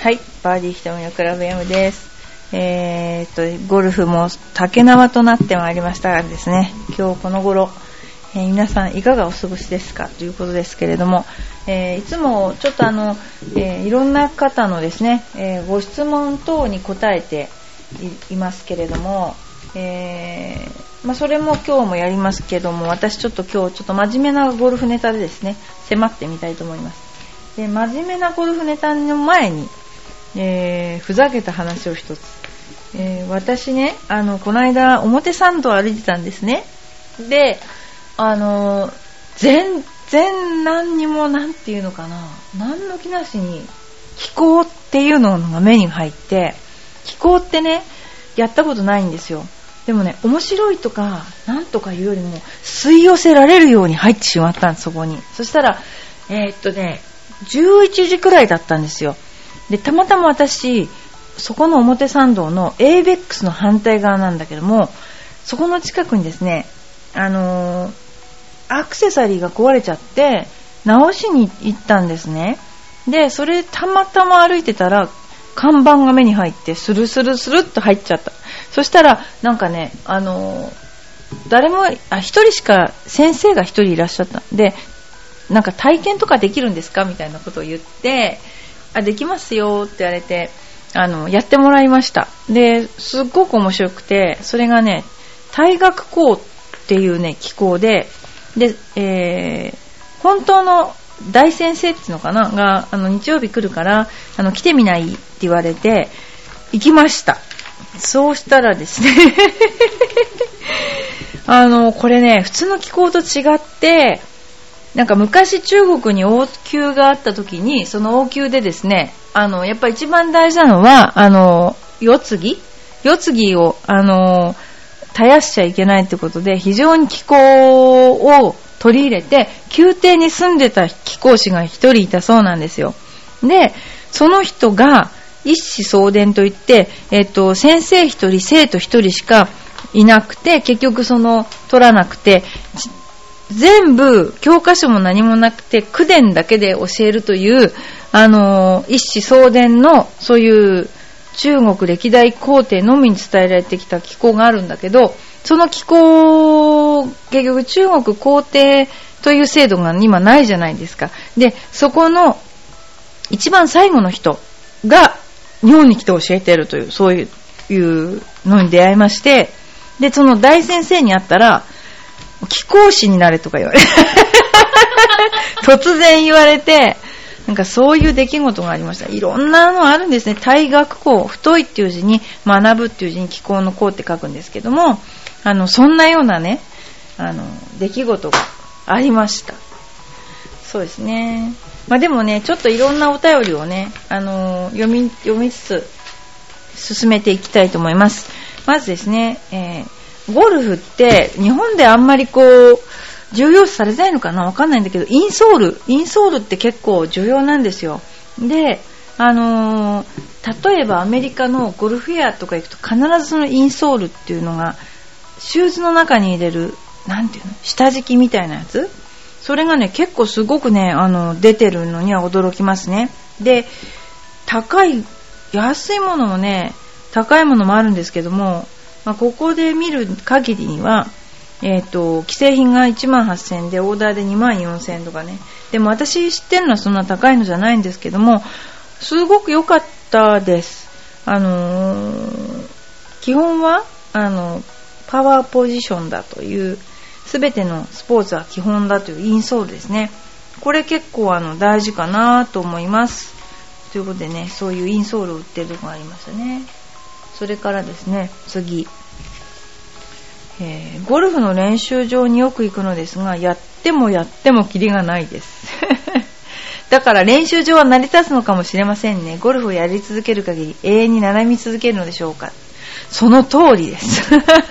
はい、バーディーひとみのクラブ M です。ゴルフも竹縄となってまいりましたがですね、今日この頃、皆さんいかがお過ごしですかということですけれども、いつもちょっといろんな方のですね、ご質問等に答えて いますけれども、それも今日もやりますけども、私ちょっと今日ちょっと真面目なゴルフネタでですね、迫ってみたいと思います。で、真面目なゴルフネタの前に、ふざけた話を一つ。私ね、この間表参道を歩いてたんですね。で、全然何にもなんていうのかな、何の気なしに気功っていうのが目に入って、気功ってね、やったことないんですよ。でもね、面白いとかなんとかいうよりも吸い寄せられるように入ってしまったんです、そこに。そしたら11時くらいだったんですよ。で、たまたま私そこの表参道の ABEX の反対側なんだけども、そこの近くにですね、アクセサリーが壊れちゃって直しに行ったんですね。で、それたまたま歩いてたら看板が目に入って、スルスルスルっと入っちゃった。そしたらなんかね、誰も一人しか、先生が一人いらっしゃったんで、なんか体験とかできるんですかみたいなことを言って、できますよって言われて、やってもらいました。で、すっごく面白くて、それがね、対顎功っていうね、機構で、本当の大先生っていうのかなが、日曜日来るから、来てみないって言われて、行きました。そうしたらですね、これね、普通の機構と違って、なんか昔中国に王宮があった時に、その王宮でですね、やっぱり一番大事なのは、世継ぎを、絶やしちゃいけないってことで、非常に気功を取り入れて、宮廷に住んでた貴公子が一人いたそうなんですよ。で、その人が一子相伝といって、先生一人、生徒一人しかいなくて、結局取らなくて、全部教科書も何もなくて、口伝だけで教えるという、一子相伝のそういう中国歴代皇帝のみに伝えられてきた機構があるんだけど、その機構、結局中国皇帝という制度が今ないじゃないですか。で、そこの一番最後の人が日本に来て教えているという、そういうのに出会いまして、で、その大先生に会ったら、貴公子になれとか言われて突然言われて、なんかそういう出来事がありました。いろんなのあるんですね。対顎功、太いっていう字に学ぶっていう字に気功の功って書くんですけども、そんなようなね、出来事がありました。そうですね。でもね、ちょっといろんなお便りをね、読みつつ進めていきたいと思います。まずですね、ゴルフって日本であんまり重要視されないのかな、わかんないんだけど、インソールって結構重要なんですよ。で、例えばアメリカのゴルフェアとか行くと必ずそのインソールっていうのがシューズの中に入れる、なんていうの、下敷きみたいなやつ、それがね、結構すごくね、出てるのには驚きますね。で、安いものもね、高いものもあるんですけども、ここで見る限りには、既製品が18,000円でオーダーで24,000円とかね。でも私知ってるのはそんな高いのじゃないんですけども、すごく良かったです。基本はパワーポジションだという、すべてのスポーツは基本だというインソールですね。これ結構大事かなと思います。ということでね、そういうインソールを売ってるところがありましたね。それからですね、次、ゴルフの練習場によく行くのですが、やってもキリがないですだから練習場は成り立つのかもしれませんね。ゴルフをやり続ける限り永遠に並び続けるのでしょうか。その通りです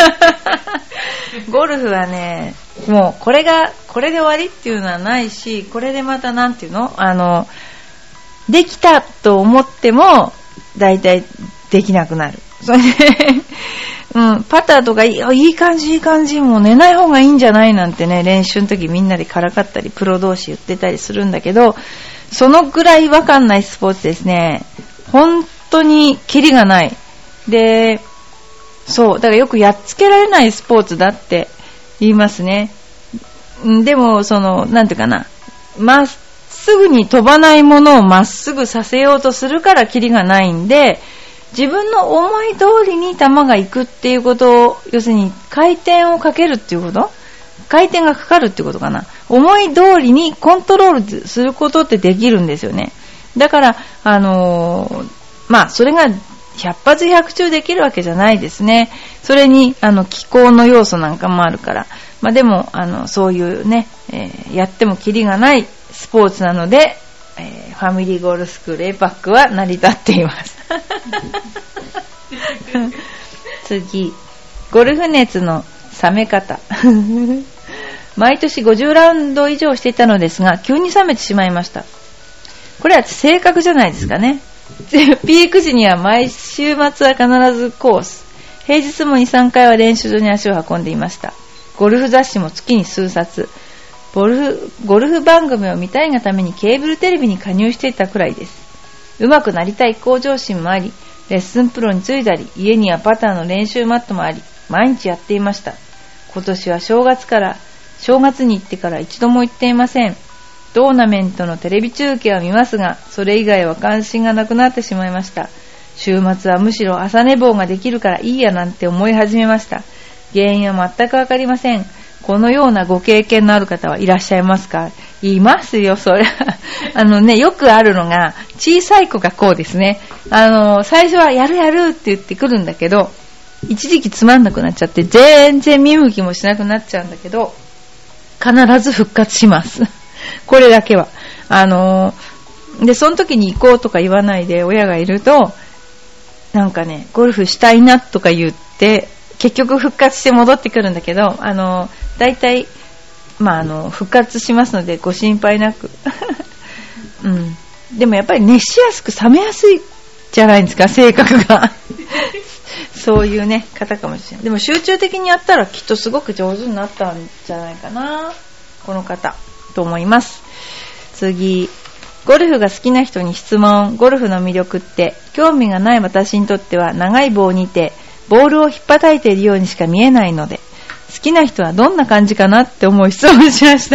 ゴルフはね、もうこれで終わりっていうのはないし、これでまたなんていうの、できたと思ってもだいたいできなくなる。それでパターとかいい感じ、もう寝ない方がいいんじゃないなんてね、練習の時みんなでからかったりプロ同士言ってたりするんだけど、そのぐらいわかんないスポーツですね。 本当にキリがない。で、そう、だからよくやっつけられないスポーツだって言いますね。でも、なんていうかな、まっすぐに飛ばないものをまっすぐさせようとするからキリがないんで、自分の思い通りに球が行くっていうことを、要するに回転をかけるっていうこと、回転がかかるっていうことかな。思い通りにコントロールすることってできるんですよね。だから、それが100発100中できるわけじゃないですね。それに、気候の要素なんかもあるから。でも、そういうね、やってもキリがないスポーツなので、ファミリーゴルフスクール A パックは成り立っています。次、ゴルフ熱の冷め方。毎年50ラウンド以上していたのですが、急に冷めてしまいました。これは性格じゃないですかね。ピーク時には毎週末は必ずコース。平日も 2,3 回は練習場に足を運んでいました。ゴルフ雑誌も月に数冊。ゴルフ番組を見たいがためにケーブルテレビに加入していたくらいです。上手くなりたい向上心もあり、レッスンプロに継いだり、家にはパターの練習マットもあり、毎日やっていました。今年は正月に行ってから一度も行っていません。トーナメントのテレビ中継は見ますが、それ以外は関心がなくなってしまいました。週末はむしろ朝寝坊ができるからいいやなんて思い始めました。原因は全くわかりません。このようなご経験のある方はいらっしゃいますか？いますよ、それは。よくあるのが、小さい子がこうですね。最初はやるって言ってくるんだけど、一時期つまんなくなっちゃって、全然見向きもしなくなっちゃうんだけど、必ず復活します。これだけは。で、その時に行こうとか言わないで親がいると、なんかね、ゴルフしたいなとか言って、結局復活して戻ってくるんだけど、だいたい、復活しますのでご心配なく。うん。でもやっぱり熱しやすく冷めやすいじゃないですか、性格が。そういうね、方かもしれない。でも集中的にやったらきっとすごく上手になったんじゃないかな、この方、と思います。次。ゴルフが好きな人に質問。ゴルフの魅力って、興味がない私にとっては長い棒にて、ボールを引っ叩いているようにしか見えないので、好きな人はどんな感じかなって思い質問しました。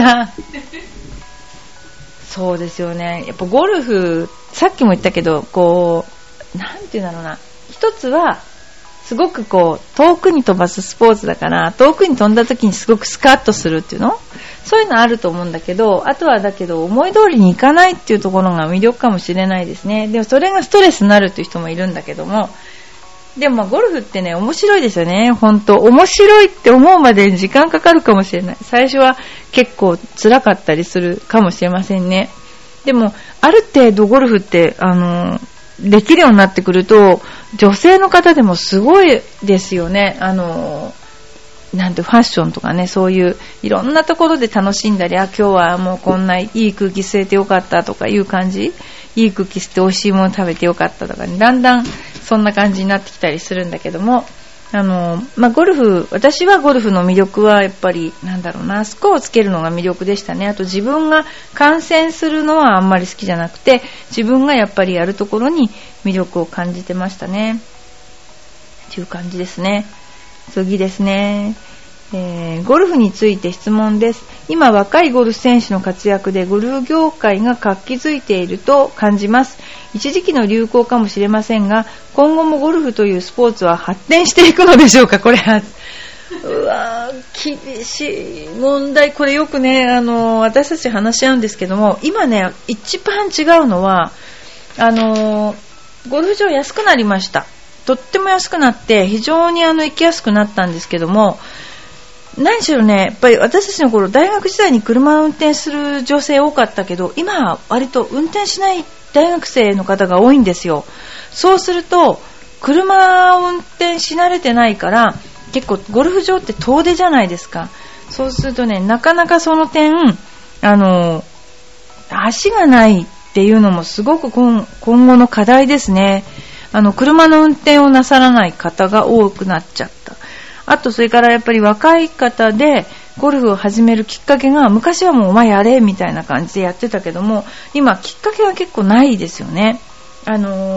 そうですよね。やっぱゴルフ、さっきも言ったけど、なんていうんだろうな。一つは、すごく遠くに飛ばすスポーツだから、遠くに飛んだ時にすごくスカッとするっていうの？そういうのあると思うんだけど、あとはだけど思い通りにいかないっていうところが魅力かもしれないですね。でもそれがストレスになるっていう人もいるんだけども、でもゴルフってね、面白いですよね。本当面白いって思うまでに時間かかるかもしれない。最初は結構辛かったりするかもしれませんね。でもある程度ゴルフってできるようになってくると、女性の方でもすごいですよね。なんてファッションとかね、そういういろんなところで楽しんだり、今日はもうこんないい空気吸えてよかったとかいう感じ、いい空気吸って美味しいもの食べてよかったとかね、だんだんそんな感じになってきたりするんだけども、ゴルフ、私はゴルフの魅力はやっぱりスコアをつけるのが魅力でしたね。あと自分が観戦するのはあんまり好きじゃなくて、自分がやっぱりやるところに魅力を感じてましたね。という感じですね。次ですね。ゴルフについて質問です。今若いゴルフ選手の活躍でゴルフ業界が活気づいていると感じます。一時期の流行かもしれませんが、今後もゴルフというスポーツは発展していくのでしょうか。これは厳しい問題。これよくね、私たち話し合うんですけども、今ね、一番違うのはゴルフ場安くなりました。とっても安くなって非常に行きやすくなったんですけども、何しろね、やっぱり私たちの頃大学時代に車を運転する女性多かったけど、今は割と運転しない大学生の方が多いんですよ。そうすると車を運転し慣れてないから、結構ゴルフ場って遠出じゃないですか。そうするとね、なかなかその点足がないっていうのもすごく今後の課題ですね。車の運転をなさらない方が多くなっちゃった。あとそれからやっぱり若い方でゴルフを始めるきっかけが、昔はもうお前やれみたいな感じでやってたけども、今きっかけは結構ないですよね。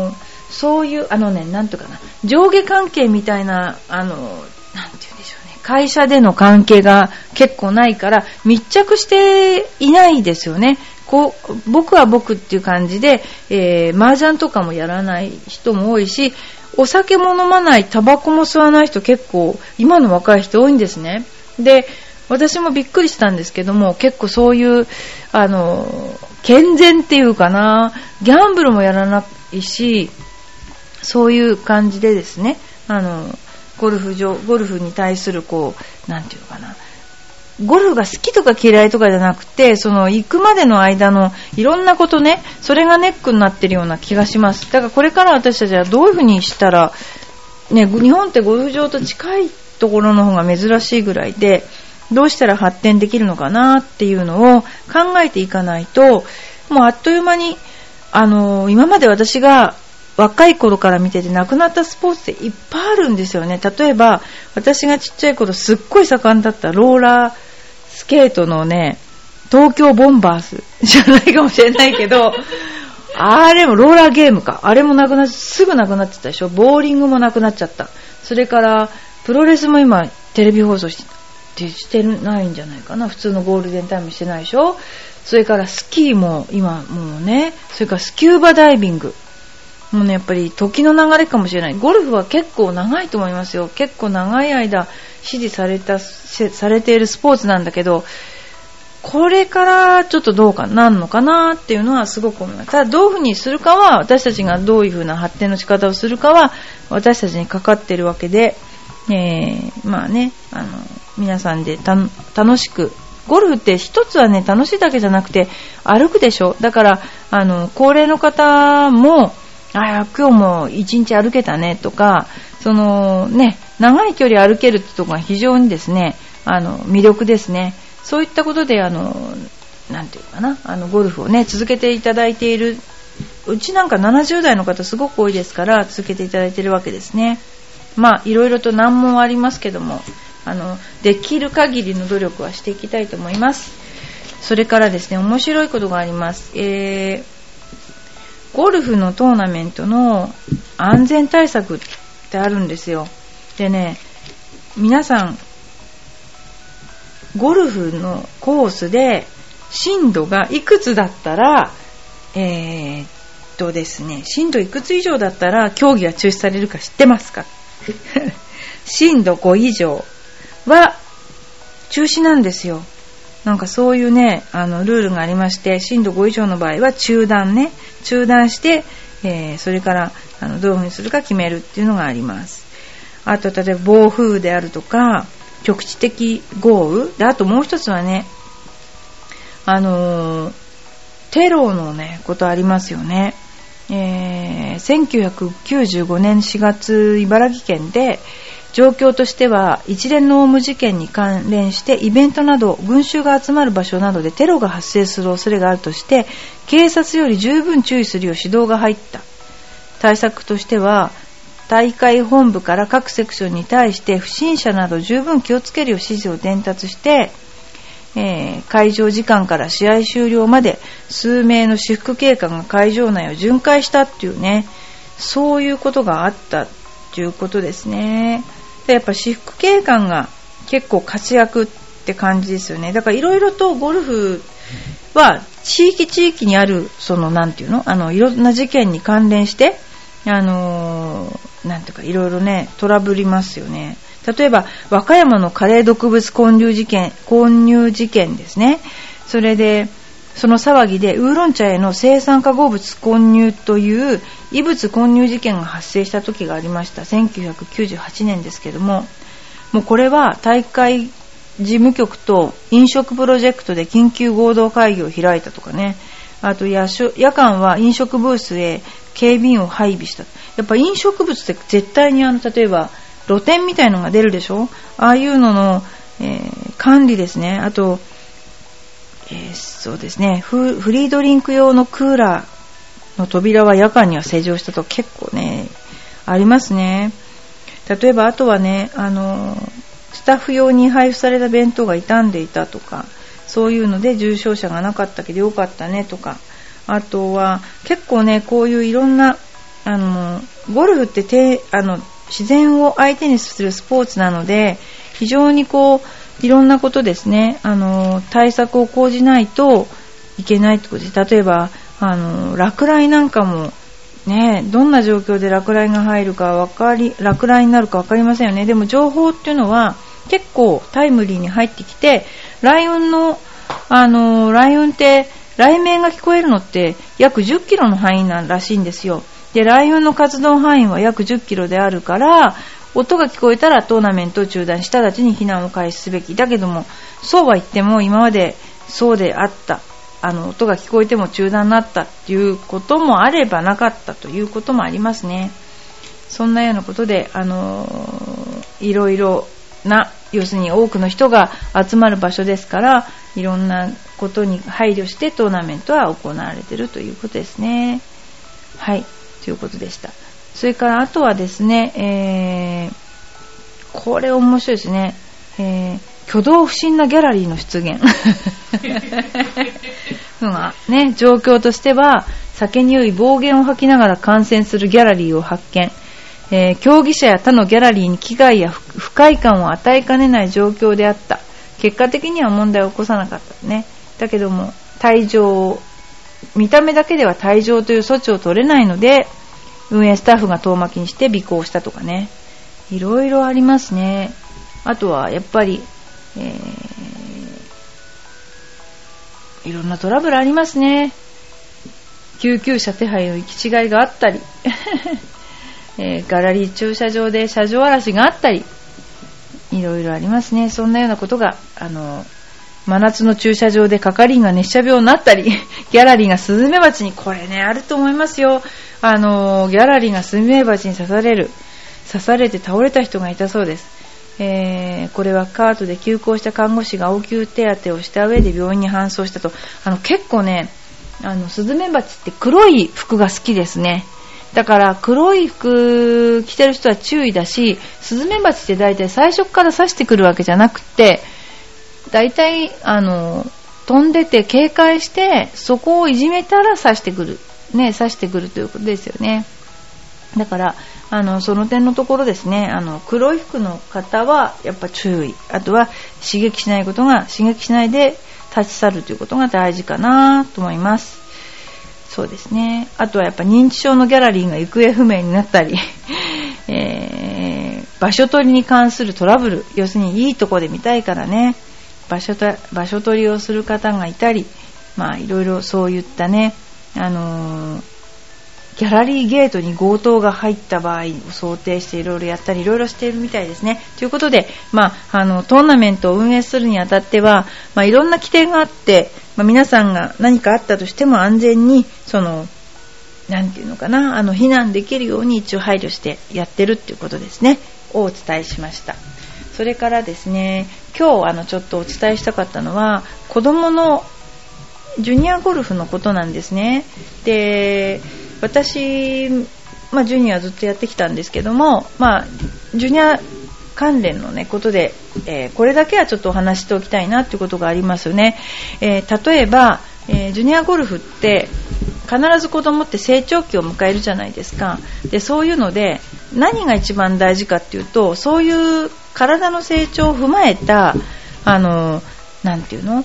そういうなんとかな、上下関係みたいななんて言うんでしょうね、会社での関係が結構ないから密着していないですよね。僕は僕っていう感じで、麻雀とかもやらない人も多いし、お酒も飲まない、タバコも吸わない人結構今の若い人多いんですね。で、私もびっくりしたんですけども、結構そういう健全っていうかな、ギャンブルもやらないし、そういう感じでですね、ゴルフに対するなんていうのかな、ゴルフが好きとか嫌いとかじゃなくて、行くまでの間のいろんなことね、それがネックになってるような気がします。だからこれから私たちはどういうふうにしたら、ね、日本ってゴルフ場と近いところの方が珍しいぐらいで、どうしたら発展できるのかなっていうのを考えていかないと、もうあっという間に、今まで私が若い頃から見ててなくなったスポーツっていっぱいあるんですよね。例えば、私がちっちゃい頃すっごい盛んだったローラースケートのね、東京ボンバースじゃないかもしれないけど、あれもローラーゲームか。あれもすぐなくなっちゃったでしょ。ボーリングもなくなっちゃった。それから、プロレスも今、テレビ放送してないんじゃないかな。普通のゴールデンタイムしてないでしょ。それからスキーも今もうね、それからスキューバダイビング。もうね、やっぱり時の流れかもしれない。ゴルフは結構長いと思いますよ。結構長い間支持されているスポーツなんだけど、これからちょっとどうかなんのかなっていうのはすごく思います。ただどういうふうにするかは、私たちがどういうふうな発展の仕方をするかは私たちにかかっているわけで、まあね、皆さんで楽しく、ゴルフって一つはね、楽しいだけじゃなくて歩くでしょ。だから高齢の方も今日も一日歩けたねとか、長い距離歩けるってところが非常にですね、魅力ですね。そういったことでなんていうかな、ゴルフをね続けていただいている、うちなんか70代の方すごく多いですから続けていただいているわけですね。まあいろいろと難問はありますけども、できる限りの努力はしていきたいと思います。それからですね、面白いことがあります。ゴルフのトーナメントの安全対策ってあるんですよ。でね、皆さんゴルフのコースで深度がいくつだったらですね、深度いくつ以上だったら競技が中止されるか知ってますか？深度5以上は中止なんですよ。なんかそういうね、ルールがありまして、深度5以上の場合は中断して、それからどういうふうにするか決めるっていうのがあります。あと例えば暴風であるとか局地的豪雨で、あともう一つはね、テロのねことありますよね。1995年4月茨城県で状況としては一連のオウム事件に関連してイベントなど群衆が集まる場所などでテロが発生する恐れがあるとして警察より十分注意するよう指導が入った。対策としては大会本部から各セクションに対して不審者など十分気をつけるよう指示を伝達して、会場時間から試合終了まで数名の私服警官が会場内を巡回したっていうね、そういうことがあったっていうことですね。でやっぱ私服警官が結構活躍って感じですよね。だからいろいろとゴルフは地域にあるなんていうの、いろんな事件に関連してなんていうかいろいろねトラブりますよね。例えば和歌山のカレー毒物混入事件ですね。それでその騒ぎでウーロン茶への青酸化合物混入という異物混入事件が発生した時がありました。1998年ですけども、もうこれは大会事務局と飲食プロジェクトで緊急合同会議を開いたとかね。あと夜間は飲食ブースへ警備員を配備した。やっぱ飲食物って絶対に例えば露店みたいのが出るでしょ。ああいうのの、管理ですね。あと、そうですね、フリードリンク用のクーラーの扉は夜間には施錠したと結構ねありますね。例えばあとはね、スタッフ用に配布された弁当が傷んでいたとか、そういうので重症者がなかったけどよかったねとか、あとは結構ねこういういろんなゴルフって自然を相手にするスポーツなので、非常にいろんなことですね、対策を講じないといけないってことです。例えば落雷なんかもね、どんな状況で落雷が入るか落雷になるか分かりませんよね。でも情報っていうのは結構タイムリーに入ってきて、雷雲って雷鳴が聞こえるのって約10キロの範囲なんらしいんですよ。で、雷雲の活動範囲は約10キロであるから、音が聞こえたらトーナメントを中断し直ちに避難を開始すべき。だけども、そうは言っても今までそうであった。音が聞こえても中断になったっていうこともあればなかったということもありますね。そんなようなことで、いろいろな、要するに多くの人が集まる場所ですから、いろんなことに配慮してトーナメントは行われているということですね。はい、ということでした。それからあとはですね、これ面白いですね。挙動不審なギャラリーの出現ね、状況としては酒に酔い暴言を吐きながら観戦するギャラリーを発見、競技者や他のギャラリーに危害や不快感を与えかねない状況であった。結果的には問題を起こさなかったね。だけども見た目だけでは退場という措置を取れないので、運営スタッフが遠巻きにして尾行したとかね、いろいろありますね。あとはやっぱりいろんなトラブルありますね。救急車手配の行き違いがあったりギャラリー駐車場で車上荒らしがあったり、いろいろありますね。そんなようなことが真夏の駐車場で係員が熱射病になったりギャラリーがスズメバチに、これねあると思いますよ。ギャラリーがスズメバチに刺されて倒れた人がいたそうです。これはカートで急行した看護師が応急手当てをした上で病院に搬送したと。結構ね、スズメバチって黒い服が好きですね。だから黒い服着てる人は注意だし、スズメバチって大体最初から刺してくるわけじゃなくて、大体飛んでて警戒してそこをいじめたら刺してくるということですよね。だからその点のところですね、黒い服の方はやっぱ注意、あとは刺激しないで立ち去るということが大事かなと思います。そうですね。あとはやっぱ認知症のギャラリーが行方不明になったり場所取りに関するトラブル、要するにいいとこで見たいからね、場所取りをする方がいたり、いろいろそういったね、ギャラリーゲートに強盗が入った場合を想定していろいろやったりいろいろしているみたいですね。ということで、トーナメントを運営するにあたっては、いろんな規定があって、皆さんが何かあったとしても安全になんていうのかな、避難できるように一応配慮してやってるっていうことですねをお伝えしました。それからですね、今日ちょっとお伝えしたかったのは子供のジュニアゴルフのことなんですね。で、私、ジュニアずっとやってきたんですけども、ジュニア関連のねことで、これだけはちょっとお話しておきたいなっていうことがありますよね。例えば、ジュニアゴルフって必ず子供って成長期を迎えるじゃないですか。で、そういうので何が一番大事かっていうと、そういう体の成長を踏まえたなんていうの、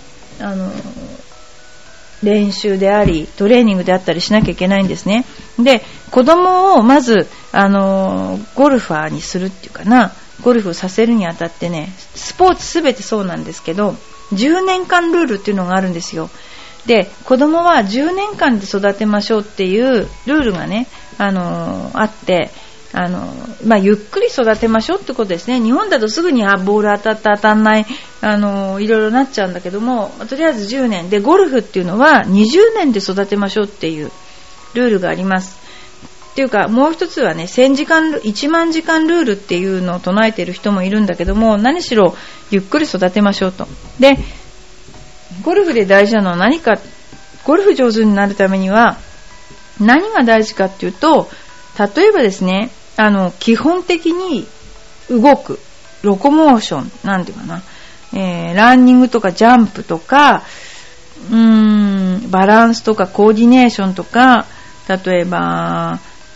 練習でありトレーニングであったりしなきゃいけないんですね。で、子供をまずゴルファーにするっていうかな、ゴルフをさせるにあたってね、スポーツすべてそうなんですけど、10年間ルールっていうのがあるんですよ。で、子供は10年間で育てましょうっていうルールがね、あって、ゆっくり育てましょうってことですね。日本だとすぐにボール当たった当たんない、いろいろなっちゃうんだけども、とりあえず10年で、ゴルフっていうのは20年で育てましょうっていうルールがあります。っていうか、もう一つはね、1万時間ルールっていうのを唱えている人もいるんだけども、何しろゆっくり育てましょうと。で、ゴルフで大事なのは何か、ゴルフ上手になるためには何が大事かっていうと、例えばですね、基本的に動くロコモーション、なんていうかな、ランニングとかジャンプとか、バランスとかコーディネーションとか、例えば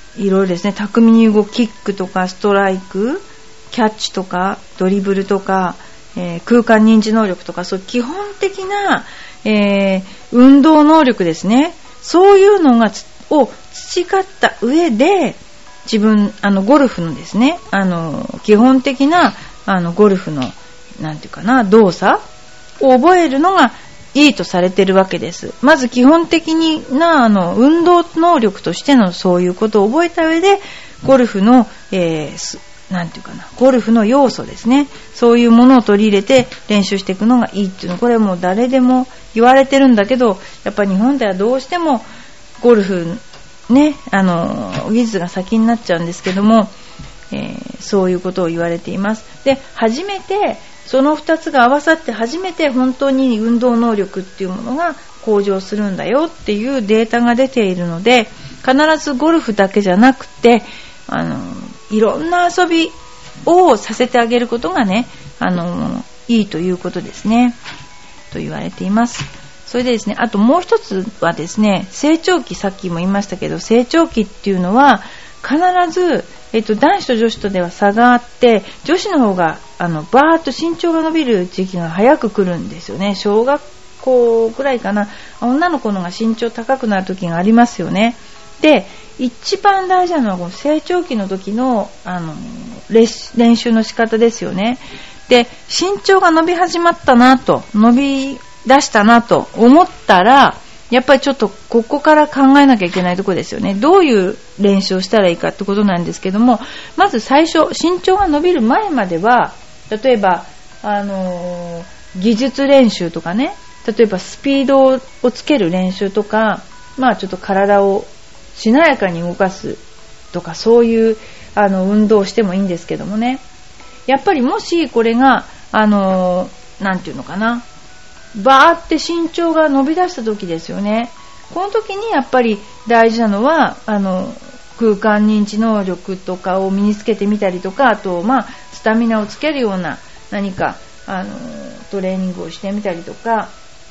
いろいろですね、巧みに動くキックとかストライク、キャッチとかドリブルとか、空間認知能力とか、そう基本的な、運動能力ですね。そういうのを培った上で、自分ゴルフのですね、基本的なゴルフのなんていうかな、動作を覚えるのがいいとされているわけです。まず基本的な運動能力としてのそういうことを覚えた上で、ゴルフの、なんていうかな、ゴルフの要素ですね、そういうものを取り入れて練習していくのがいいっていうの、これはもう誰でも言われてるんだけど、やっぱり日本ではどうしてもゴルフね、技術が先になっちゃうんですけども、そういうことを言われています。で、初めてその2つが合わさって初めて本当に運動能力っていうものが向上するんだよっていうデータが出ているので、必ずゴルフだけじゃなくていろんな遊びをさせてあげることがね、いいということですね、と言われています。それでですね、あともう一つはですね、成長期、さっきも言いましたけど、成長期っていうのは必ず、男子と女子とでは差があって、女子の方がバーッと身長が伸びる時期が早く来るんですよね。小学校くらいかな、女の子のが身長高くなる時がありますよね。で、一番大事なのはこの成長期の時の、練習の仕方ですよね。で、身長が伸び始まったなと、伸び出したなと思ったら、やっぱりちょっとここから考えなきゃいけないところですよね。どういう練習をしたらいいかってことなんですけども、まず最初、身長が伸びる前までは、例えば、技術練習とかね、例えばスピードをつける練習とか、ちょっと体をしなやかに動かすとか、そういう運動をしてもいいんですけどもね。やっぱりもしこれがなんていうのかな、バーって身長が伸び出した時ですよね。この時にやっぱり大事なのは空間認知能力とかを身につけてみたりとか、あとスタミナをつけるような何かトレーニングをしてみたりとか、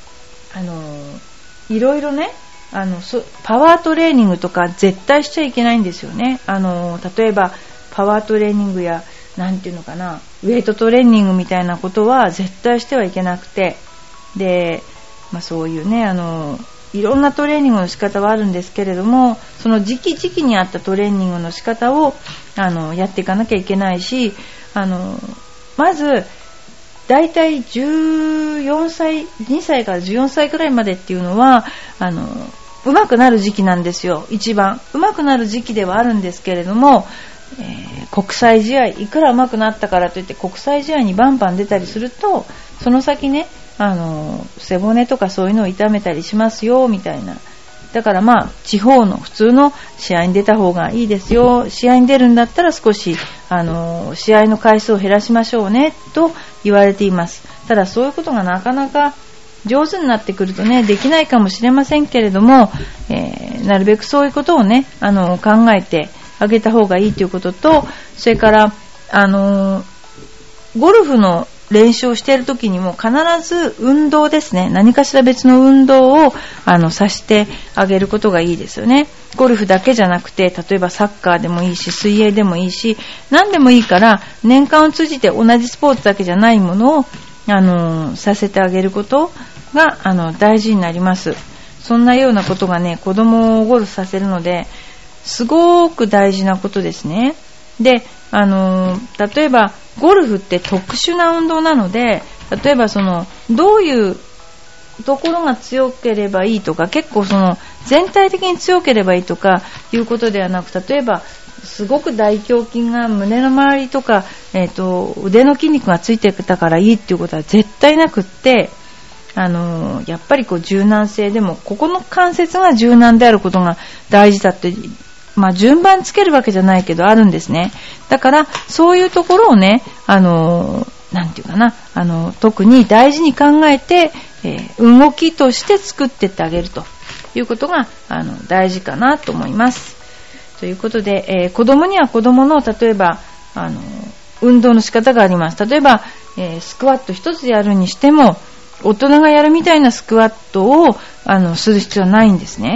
いろいろね、パワートレーニングとか絶対しちゃいけないんですよね。例えばパワートレーニングやなんていうのかな、ウェイトトレーニングみたいなことは絶対してはいけなくて、で、そういうね、いろんなトレーニングの仕方はあるんですけれども、その時期に合ったトレーニングの仕方をやっていかなきゃいけないし、まずだいたい14歳、2歳から14歳くらいまでっていうのは上手くなる時期なんですよ。一番上手くなる時期ではあるんですけれども、国際試合、いくら上手くなったからといって国際試合にバンバン出たりすると、その先ね、背骨とかそういうのを痛めたりしますよみたいな。だから地方の普通の試合に出た方がいいですよ、試合に出るんだったら少し試合の回数を減らしましょうねと言われています。ただそういうことがなかなか上手になってくるとね、できないかもしれませんけれども、なるべくそういうことをね考えてあげた方がいいということと、それからゴルフの練習をしている時にも必ず運動ですね、何かしら別の運動をさしてあげることがいいですよね。ゴルフだけじゃなくて、例えばサッカーでもいいし、水泳でもいいし、何でもいいから、年間を通じて同じスポーツだけじゃないものをさせてあげることが大事になります。そんなようなことがね、子供をゴルフさせるのですごく大事なことですね。で、例えばゴルフって特殊な運動なので、例えばどういうところが強ければいいとか、結構全体的に強ければいいとかいうことではなく、例えばすごく大胸筋が胸の周りとか、腕の筋肉がついてたからいいっていうことは絶対なくって、やっぱり柔軟性でも、ここの関節が柔軟であることが大事だって、順番つけるわけじゃないけどあるんですね。だからそういうところをね、なんていうかな、特に大事に考えて、動きとして作ってってあげるということが大事かなと思います。ということで、子供には子供の例えば運動の仕方があります。例えば、スクワット一つやるにしても、大人がやるみたいなスクワットをする必要はないんですね。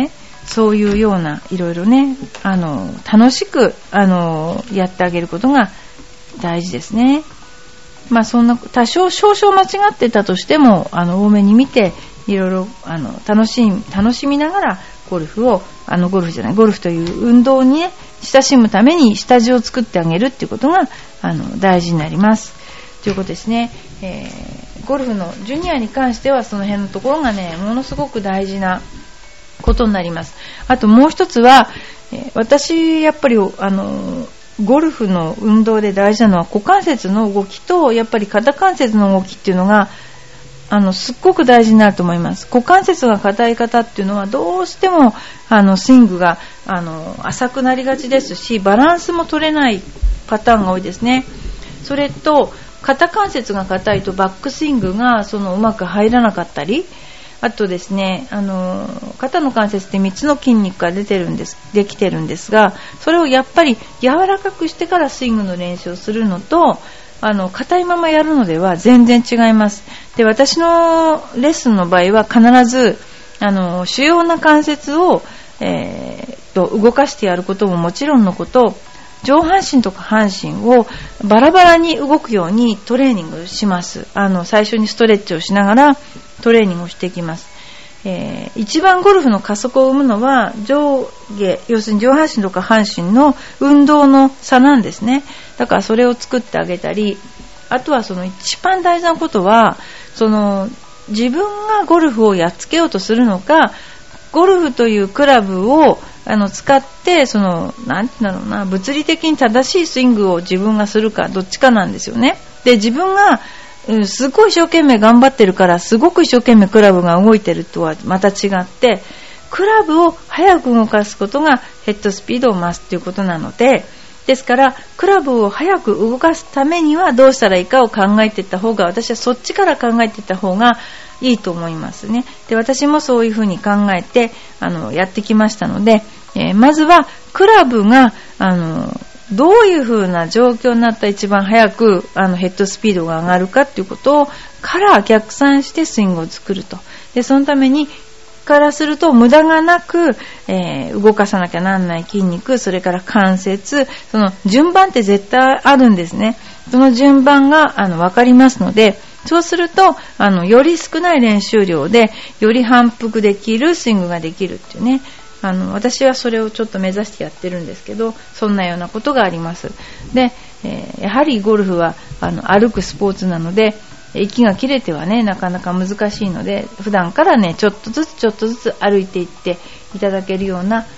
そういうようないろいろね、楽しく、やってあげることが大事ですね。そんな、多少少々間違ってたとしても、多めに見て、いろいろ、楽しみながら、ゴルフという運動にね、親しむために下地を作ってあげるっていうことが、大事になります。ということですね。ゴルフのジュニアに関しては、その辺のところがね、ものすごく大事なことになります。あともう一つは、私、やっぱり、ゴルフの運動で大事なのは股関節の動きとやっぱり肩関節の動きっていうのがすっごく大事になると思います。股関節が硬い方っていうのはどうしてもスイングが浅くなりがちですし、バランスも取れないパターンが多いですね。それと肩関節が硬いとバックスイングがうまく入らなかったり、あとですね、肩の関節って3つの筋肉ができてるんですが、それをやっぱり柔らかくしてからスイングの練習をするのと、硬いままやるのでは全然違います。で、私のレッスンの場合は必ず、主要な関節を、動かしてやることももちろんのこと、上半身とか半身をバラバラに動くようにトレーニングします。最初にストレッチをしながらトレーニングをしていきます。一番ゴルフの加速を生むのは要するに上半身とか半身の運動の差なんですね。だからそれを作ってあげたり、あとは一番大事なことは、自分がゴルフをやっつけようとするのか、ゴルフというクラブを使ってなんて言うんだろうな、物理的に正しいスイングを自分がするか、どっちかなんですよね。で、自分がすごい一生懸命頑張ってるから、すごく一生懸命クラブが動いてるとはまた違って、クラブを早く動かすことがヘッドスピードを増すということなので、ですからクラブを早く動かすためにはどうしたらいいかを考えていった方が、私はそっちから考えていった方がいいと思いますね。で、私もそういうふうに考えてやってきましたので、まずはクラブがどういう風な状況になったら一番早くヘッドスピードが上がるかっていうことをから逆算してスイングを作ると。で、そのためにからすると無駄がなく、動かさなきゃなんない筋肉、それから関節、その順番って絶対あるんですね。その順番が分かりますので、そうするとより少ない練習量でより反復できるスイングができるっていうね。私はそれをちょっと目指してやってるんですけど、そんなようなことがあります。で、やはりゴルフは歩くスポーツなので、息が切れてはね、なかなか難しいので、普段からね、ちょっとずつ歩いていっていただけるような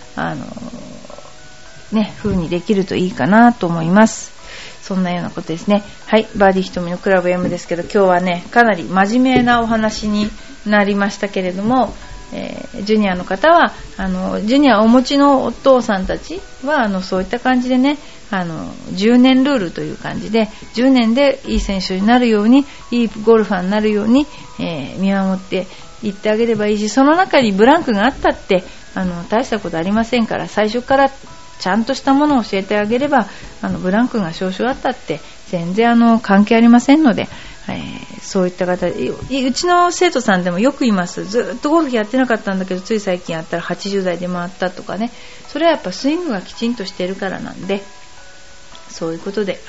風にできるといいかなと思います。そんなようなことですね。はい、バーディーひとみのクラブ M ですけど、今日はね、かなり真面目なお話になりましたけれども、ジュニアの方はジュニアをお持ちのお父さんたちはそういった感じでね、10年ルールという感じで10年でいい選手になるように、いいゴルファーになるように、見守っていってあげればいいし、その中にブランクがあったって大したことありませんから、最初からちゃんとしたものを教えてあげればブランクが少々あったって全然関係ありませんので、そういった方、うちの生徒さんでもよく言います。ずっとゴルフやってなかったんだけど、つい最近やったら80代で回ったとかね。それはやっぱスイングがきちんとしてるからなんで、そういうことで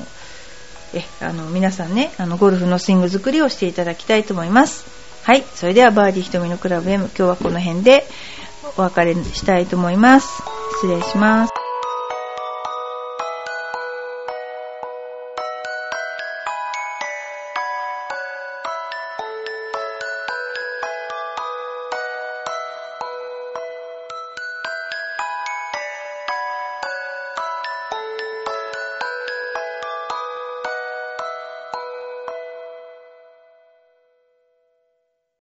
皆さんね、ゴルフのスイング作りをしていただきたいと思います。はい、それではバーディーひとみのクラブ M、今日はこの辺でお別れしたいと思います。失礼します。